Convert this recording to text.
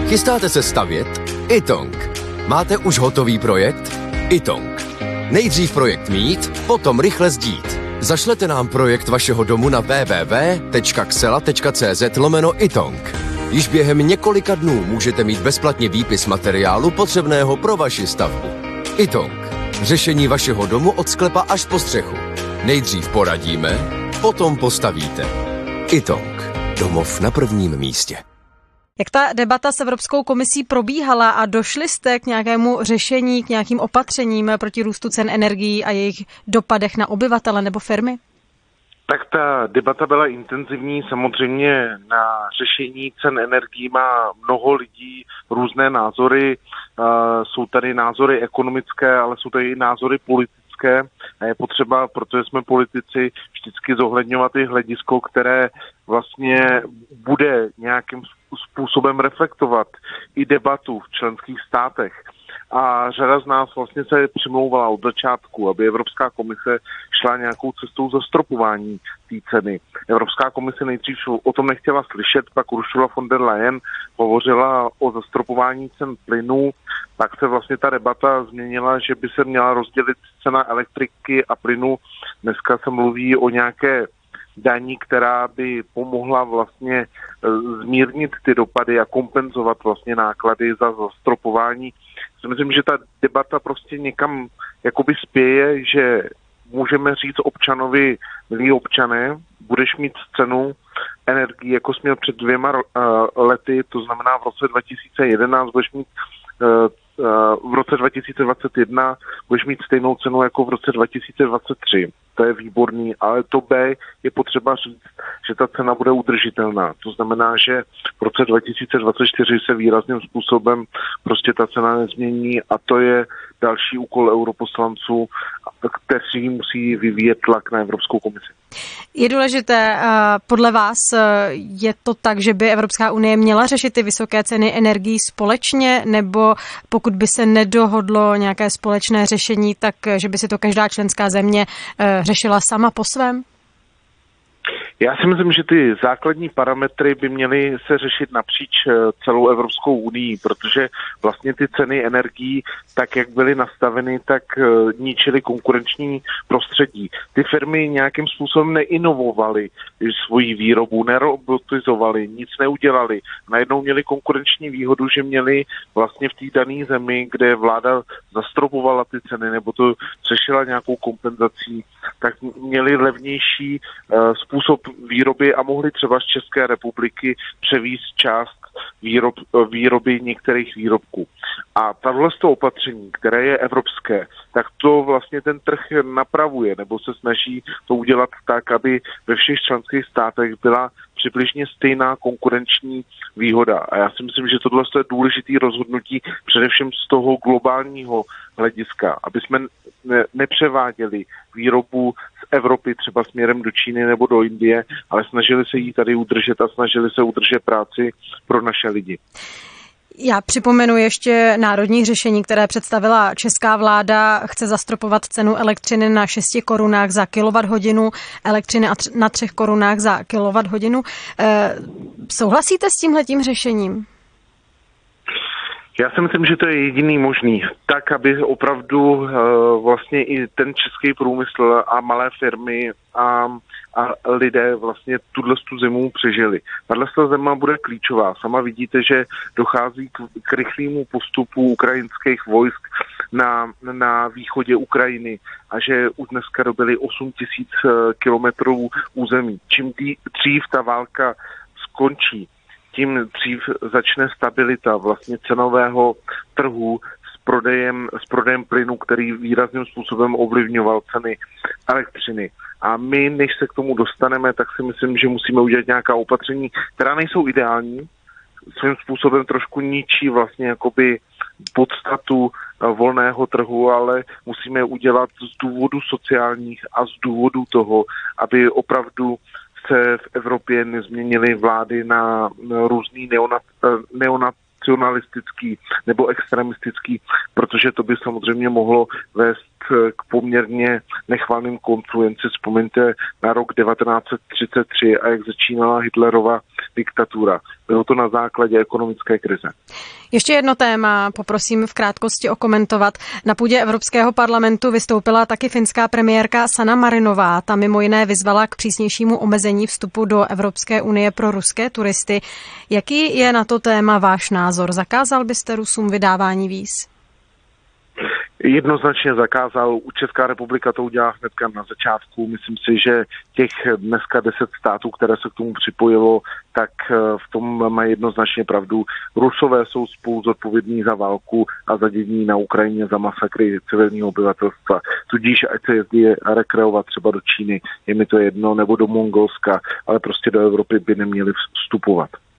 Chystáte se stavět? Itong. Máte už hotový projekt? Itong. Nejdřív projekt mít, potom rychle sdít. Zašlete nám projekt vašeho domu na www.xela.cz/itong. Již během několika dnů můžete mít bezplatně výpis materiálu potřebného pro vaši stavbu. Itong. Řešení vašeho domu od sklepa až po střechu. Nejdřív poradíme, potom postavíte. Itong. Domov na prvním místě. Jak ta debata s Evropskou komisí probíhala a došli jste k nějakému řešení, k nějakým opatřením proti růstu cen energií a jejich dopadech na obyvatele nebo firmy? Tak ta debata byla intenzivní, samozřejmě na řešení cen energií má mnoho lidí různé názory, jsou tady názory ekonomické, ale jsou tady i názory politické a je potřeba, protože jsme politici, vždycky zohledňovat i hledisko, které vlastně bude nějakým způsobem reflektovat i debatu v členských státech. A řada z nás vlastně se přimlouvala od začátku, aby Evropská komise šla nějakou cestou zastropování té ceny. Evropská komise nejdřív o tom nechtěla slyšet, pak Ursula von der Leyen hovořila o zastropování cen plynu, pak se vlastně ta debata změnila, že by se měla rozdělit cena elektriky a plynu. Dneska se mluví o nějaké daní, která by pomohla vlastně zmírnit ty dopady a kompenzovat vlastně náklady za zastropování. Myslím, že ta debata prostě někam jakoby spěje, že můžeme říct občanovi, milí občané, budeš mít cenu energii, jako jsi měl před 2 lety, to znamená v roce 2011 budeš mít v roce 2021 budeš mít stejnou cenu jako v roce 2023. To je výborný, ale to B je potřeba říct, že ta cena bude udržitelná. To znamená, že v roce 2024 se výrazným způsobem prostě ta cena nezmění a to je další úkol europoslanců, kteří musí vyvíjet tlak na Evropskou komisi. Je důležité, podle vás je to tak, že by Evropská unie měla řešit ty vysoké ceny energií společně, nebo pokud by se nedohodlo nějaké společné řešení, tak že by si to každá členská země řešila sama po svém? Já si myslím, že ty základní parametry by měly se řešit napříč celou Evropskou unii, protože vlastně ty ceny energií, tak jak byly nastaveny, tak ničily konkurenční prostředí. Ty firmy nějakým způsobem neinovovaly svoji výrobu, nerobotizovaly, nic neudělali. Najednou měli konkurenční výhodu, že měli vlastně v té dané zemi, kde vláda zastropovala ty ceny nebo to řešila nějakou kompenzací, tak měli levnější způsob výroby a mohli třeba z České republiky převízt část výroby některých výrobků. A tahle opatření, které je evropské, tak to vlastně ten trh napravuje nebo se snaží to udělat tak, aby ve všech členských státech byla přibližně stejná konkurenční výhoda. A já si myslím, že tohle je důležité rozhodnutí především z toho globálního hlediska, aby jsme nepřeváděli výrobu z Evropy třeba směrem do Číny nebo do Indie, ale snažili se jí tady udržet a snažili se udržet práci pro naše lidi. Já připomenu ještě národní řešení, které představila česká vláda. Chce zastropovat cenu elektřiny na 6 korunách za kilowatthodinu, elektřiny na 3 korunách za kilowatthodinu. Souhlasíte s tímhletím řešením? Já si myslím, že to je jediný možný, tak, aby opravdu vlastně i ten český průmysl a malé firmy a lidé vlastně tu zimu přežili. Tato zima bude klíčová. Sama vidíte, že dochází k rychlému postupu ukrajinských vojsk na východě Ukrajiny a že už dneska dobili 8 000 kilometrů území. Čím dřív ta válka skončí, tím dřív začne stabilita vlastně cenového trhu s prodejem plynu, který výrazným způsobem ovlivňoval ceny elektřiny. A my, než se k tomu dostaneme, tak si myslím, že musíme udělat nějaká opatření, která nejsou ideální, svým způsobem trošku ničí vlastně jakoby podstatu volného trhu, ale musíme je udělat z důvodu sociálních a z důvodu toho, aby opravdu se v Evropě nezměnily vlády na různý neonacionalistický nebo extremistický, protože to by samozřejmě mohlo vést k poměrně nechvalným koncům. Jen si vzpomeňte na rok 1933 a jak začínala Hitlerova diktatura. Bylo to na základě ekonomické krize. Ještě jedno téma, poprosím v krátkosti okomentovat. Na půdě Evropského parlamentu vystoupila taky finská premiérka Sanna Marinová. Ta mimo jiné vyzvala k přísnějšímu omezení vstupu do Evropské unie pro ruské turisty. Jaký je na to téma váš názor? Zakázal byste Rusům vydávání víz? Jednoznačně zakázal. Česká republika to udělala hnedka na začátku. Myslím si, že těch dneska 10 států, které se k tomu připojilo, tak v tom mají jednoznačně pravdu. Rusové jsou spolu zodpovědní za válku a za dění na Ukrajině, za masakry civilního obyvatelstva. Tudíž ať se jezdí rekreovat třeba do Číny, je mi to jedno, nebo do Mongolska, ale prostě do Evropy by neměli vstupovat.